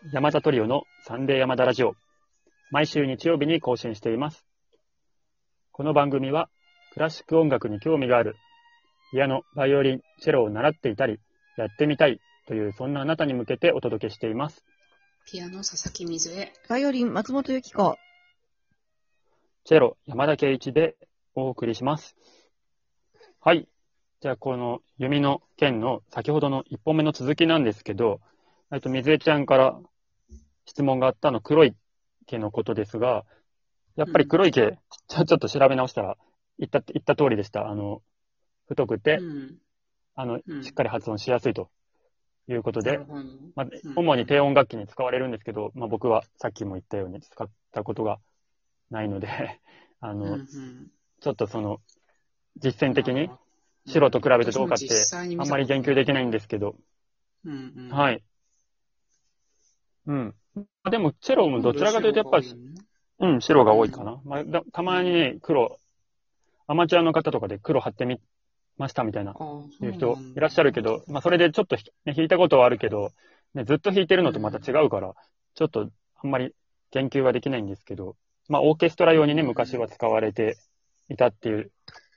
山田トリオのサンデー山田ラジオ。毎週日曜日に更新しています。この番組は、クラシック音楽に興味がある、ピアノ、バイオリン、チェロを習っていたり、やってみたいというそんなあなたに向けてお届けしています。 ピアノ、佐々木水江。 バイオリン、松本由紀子。 チェロ、山田圭一でお送りします。はい。じゃあ、この弓の剣の先ほどの1本目の続きなんですけど、水江ちゃんから質問があった黒い毛のことですが、やっぱり黒い毛、ちょっと調べ直したら、言った通りでした。太くて、しっかり発音しやすいということで、主に低音楽器に使われるんですけど、僕はさっきも言ったように使ったことがないので、ちょっと実践的に白と比べてどうかってあんまり言及できないんですけど、はい。でも、チェロもどちらかというとやっぱり、白が多いかな。たまにね、アマチュアの方とかで黒貼ってみましたみたいな、いう人いらっしゃるけど、それでちょっと、弾いたことはあるけど、ずっと弾いてるのとまた違うから、ちょっとあんまり言及はできないんですけど、オーケストラ用にね、昔は使われていたっていう、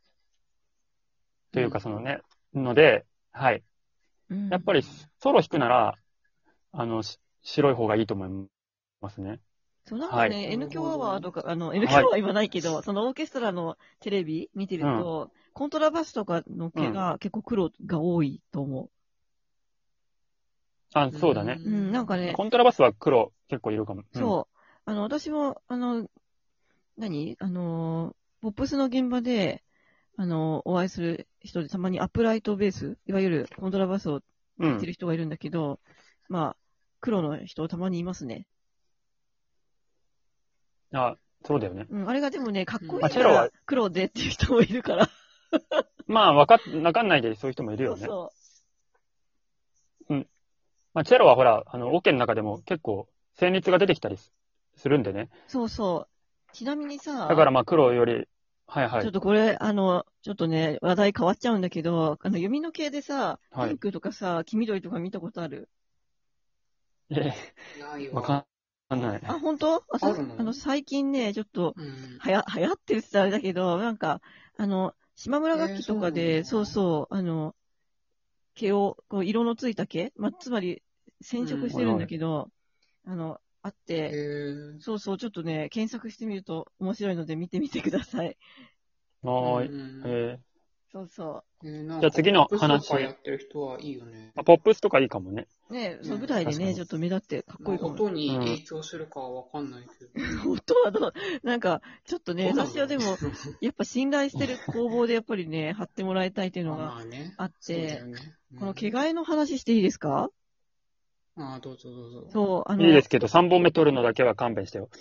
というかので、はい。やっぱりソロ弾くなら、白い方がいいと思いますね。 そうなんかね、N 響アワーとか、N 響アワーは言わないけど、そのオーケストラのテレビ見てると、コントラバスとかの毛が結構黒が多いと思う。そうだね。 なんかね。 コントラバスは黒結構いるかも。 そう。私も、ポップスの現場で、お会いする人でたまにアップライトベース、いわゆるコントラバスを弾いてる人がいるんだけど、黒の人たまにいますね。 そうだよね。 あれがでもね、かっこいいから黒でっていう人もいるから。 わかんないでそういう人もいるよね。 そう 。チェロはほら、オケの中でも結構旋律が出てきたりするんでね。 そうそう。ちなみにさ、 だから黒より、はいはい。 ちょっとこれ、ちょっとね、話題変わっちゃうんだけど、弓の系でさ、ピンクとかさ、黄緑とか見たことある？ わかんない。 本当？最近ね、ちょっと、流行ってるって言ったらあれだけど、なんか、島村楽器とかで、毛を、色のついた毛、つまり、染色してるんだけど、あって、ちょっとね、検索してみると面白いので見てみてください。そうそう。 じゃあ次の話。 ポップスとかやってる人はいいよね。 ポップスとかいいかもね。 ね、その舞台でね、ちょっと目立ってかっこいいかも。 音に影響するかはわかんないけど。音はなんか、ちょっとね、私はでも、やっぱ信頼してる工房でやっぱりね、貼ってもらいたいっていうのがあって、この毛替えの話していいですか？ どうぞどうぞ。 そう、 いいですけど、3本目取るのだけは勘弁してよ。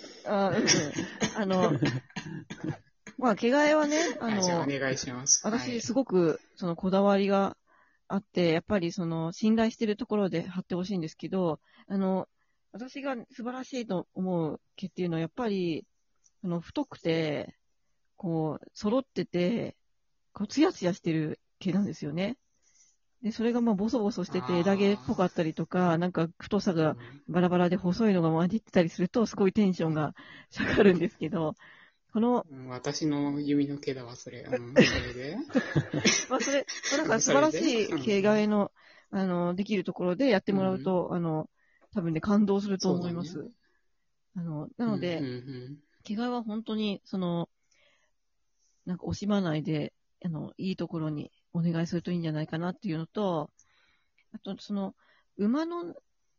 毛替えはね、 じゃあお願いします。 私、すごく、こだわりがあって、やっぱり信頼してるところで貼ってほしいんですけど、私が素晴らしいと思う毛っていうのは、やっぱり、太くて、揃ってて、ツヤツヤしてる毛なんですよね。で、それがボソボソしてて枝毛っぽかったりとか、なんか太さがバラバラで細いのが混じってたりすると、すごいテンションが下がるんですけど、 私の弓の毛だわ、それ。それでなんか素晴らしい毛替えの、できるところでやってもらうと、多分ね、感動すると思います。なので、毛替えは本当に、なんか惜しまないで、いいところにお願いするといいんじゃないかなっていうのと、あと、馬の、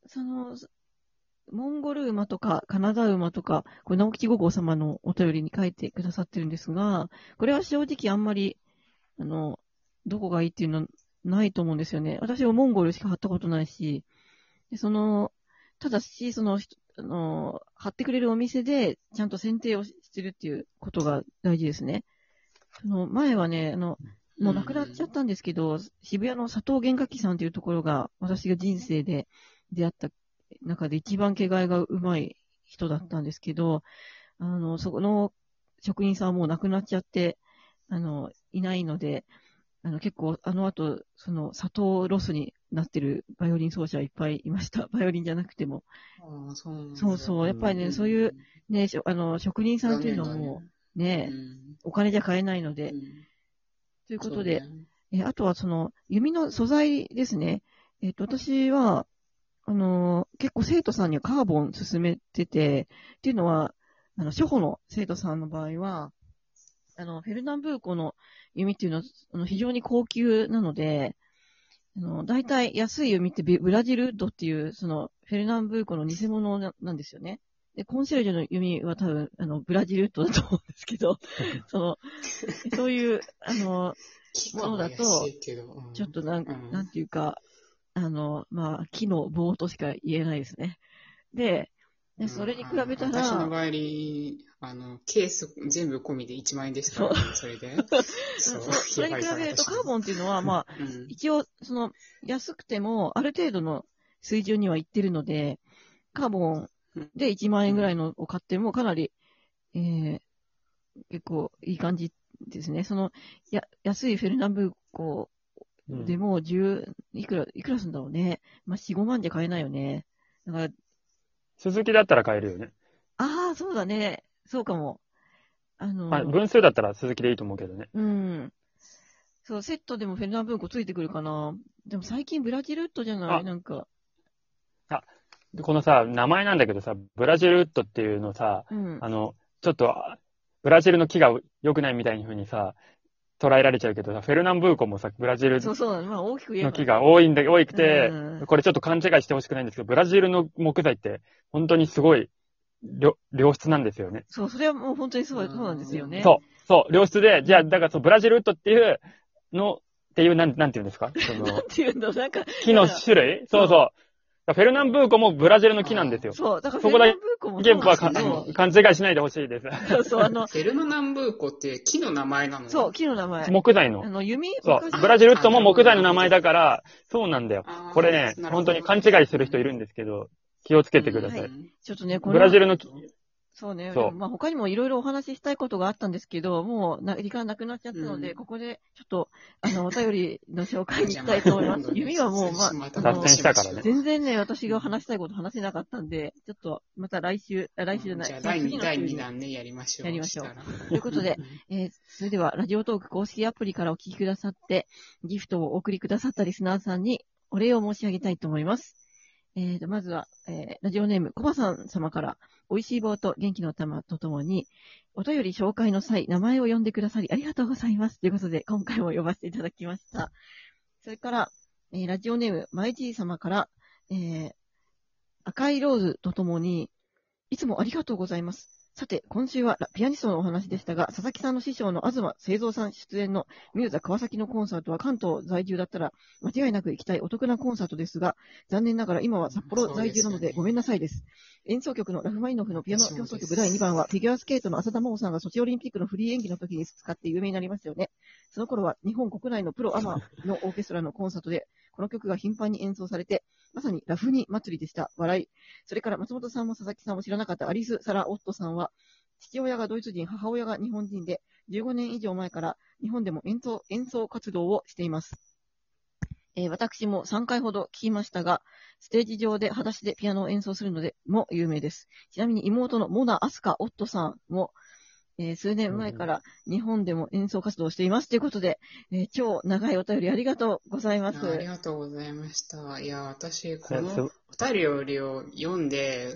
モンゴル馬とか、カナダ馬とか、これ、直吉五号様のお便りに書いてくださってるんですが、これは正直あんまり、どこがいいっていうのはないと思うんですよね。私はモンゴルしか貼ったことないし、でただし、貼ってくれるお店で、ちゃんと選定をしてるっていうことが大事ですね。前はね、もう亡くなっちゃったんですけど、渋谷の佐藤弦楽器さんというところが、私が人生で出会った中で一番毛替えがうまい人だったんですけど、そこの職人さんはもう亡くなっちゃって、いないので、結構、後、佐藤ロスになってるバイオリン奏者いっぱいいました。バイオリンじゃなくても。 ああ、そうなんだ。 そうそう。やっぱりね、そういうね、職人さんっていうのはもうね、お金じゃ買えないので。ということで、あとは弓の素材ですね。私は、結構生徒さんにはカーボン勧めてて、っていうのは、初歩の生徒さんの場合は、フェルナンブーコの弓っていうのは、非常に高級なので、大体安い弓ってブラジルウッドっていう、フェルナンブーコの偽物なんですよね。で、コンシェルジュの弓は多分、ブラジルウッドだと思うんですけど、そういう、ものだと、ちょっとなんていうか、木の棒としか言えないですね。で、それに比べたら、 私の場合、ケース全部込みで1万円でしたからね、それで。 それに比べるとカーボンっていうのは、一応、安くても、ある程度の水準にはいってるので、カーボンで1万円ぐらいのを買っても、かなり、結構いい感じですね。安いフェルナンブーコでもいくらするんだろうね。4、5万じゃ買えないよね。だから、 鈴木だったら買えるよね。 ああ、そうだね。そうかも。 分数だったら鈴木でいいと思うけどね。 うん。そう、セットでもフェルナンブーコついてくるかな。でも最近ブラジルウッドじゃないなんか。 このさ、名前なんだけどさ、ブラジルウッドっていうのさ、ちょっと、ブラジルの木が良くないみたいな風にさ、捉えられちゃうけどさ、フェルナンブーコもさ、ブラジル大きく言えばの木が多くて、これちょっと勘違いしてほしくないんですけど、ブラジルの木材って本当にすごい良質なんですよね。 そう、それはもう本当にそうなんですよね。 そう、良質で、じゃあ、だからブラジルウッドっていうの、っていう、なんて言うんですかなんていうのなんか。 木の種類そうそう。フェルナンブーコもブラジルの木なんですよ。 そう、だからフェルナンブーコもそうだけ勘違いしないでほしいです。 フェルナンブーコって木の名前なの？ そう、木の名前。 木材の。 弓そう、ブラジルウッドも木材の名前だから、そうなんだよ。これね、本当に勘違いする人いるんですけど、気をつけてください。 ちょっとね、 ブラジルの木。 そうね。他にもいろいろお話ししたいことがあったんですけど、もう時間なくなっちゃったので、ここでちょっと、お便りの紹介に行きたいと思います。弓はもう、 脱線したからね。 全然ね、私が話したいこと話せなかったんで、ちょっと、また来週じゃない。 じゃあ、第2弾ね、やりましょう。 やりましょう。ということで、それでは、ラジオトーク公式アプリからお聞きくださって、ギフトをお送りくださったリスナーさんにお礼を申し上げたいと思います。まずは、ラジオネーム、コバさん様から、美味しい棒と元気の玉とともに、お便り紹介の際、名前を呼んでくださりありがとうございます。ということで、今回も呼ばせていただきました。それから、ラジオネーム、マイジー様から、赤いローズとともに、いつもありがとうございます。さて、今週はピアニストのお話でしたが、佐々木さんの師匠の東清三さん出演のミューザ川崎のコンサートは関東在住だったら間違いなく行きたいお得なコンサートですが、残念ながら今は札幌在住なのでごめんなさいです。演奏曲のラフマニノフのピアノ協奏曲第2番はフィギュアスケートの浅田真央さんがソチオリンピックのフリー演技の時に使って有名になりましたよね。その頃は日本国内のプロアマのオーケストラのコンサートでこの曲が頻繁に演奏されて、まさにラフニ祭りでした。笑い。それから松本さんも佐々木さんも知らなかったアリス・サラ・オットさんは、父親がドイツ人、母親が日本人で、15年以上前から日本でも演奏活動をしています。私も3回ほど聞きましたが、ステージ上で裸足でピアノを演奏するのでも有名です。ちなみに妹のモナ・アスカ・オットさんも、数年前から日本でも演奏活動をしています。ということで、超長いお便りありがとうございます。 ありがとうございました。いや、私、このお便りを読んで、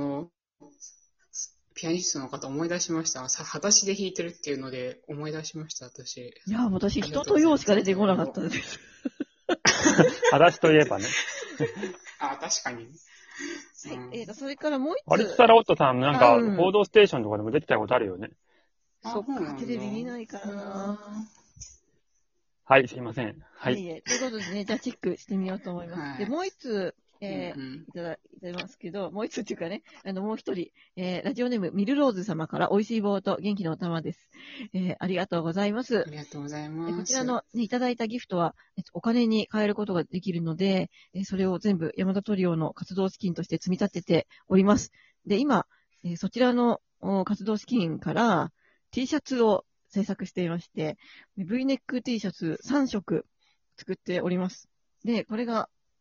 ピアニストの方思い出しました。裸足で弾いてるっていうので思い出しました、私。 いや、私、人と用しか出てこなかったです。 裸足といえばね。 確かに。 はい。それからもう一つ。 アリス・サラ・オットさん、なんか、報道ステーションとかでも出てたことあるよね。 そっか、テレビ見ないからな。 はい、すいません。はい。 ということでね、じゃあチェックしてみようと思います。で、もう一つ、いただきますけど、もう一つっていうかね、もう一人、ラジオネーム、ミルローズ様から美味しい棒と元気の玉です。ありがとうございます。 ありがとうございます。 こちらの、ね、いただいたギフトは、お金に換えることができるので、それを全部山田トリオの活動資金として積み立てております。で、今、そちらの活動資金から T シャツを制作していまして、V ネック T シャツ3色作っております。で、これが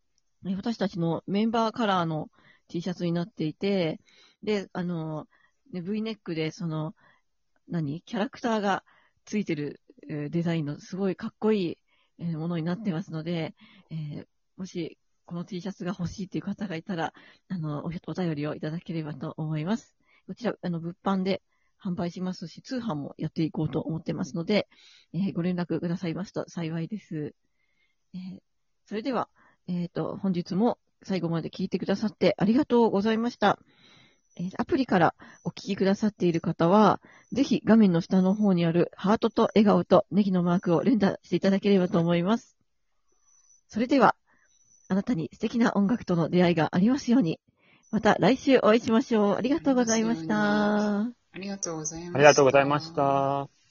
私たちのメンバーカラーの T シャツになっていて、で、V ネックで、キャラクターがついてるデザインのすごいかっこいいものになってますので、もしこの T シャツが欲しいという方がいたら、お便りをいただければと思います。こちら、物販で販売しますし、通販もやっていこうと思ってますので、ご連絡くださいますと幸いです。それでは、本日も最後まで聞いてくださってありがとうございました。アプリからお聞きくださっている方は、ぜひ画面の下の方にあるハートと笑顔とネギのマークを連打していただければと思います。それでは、あなたに素敵な音楽との出会いがありますように。また来週お会いしましょう。ありがとうございました。 ありがとうございました。 ありがとうございました。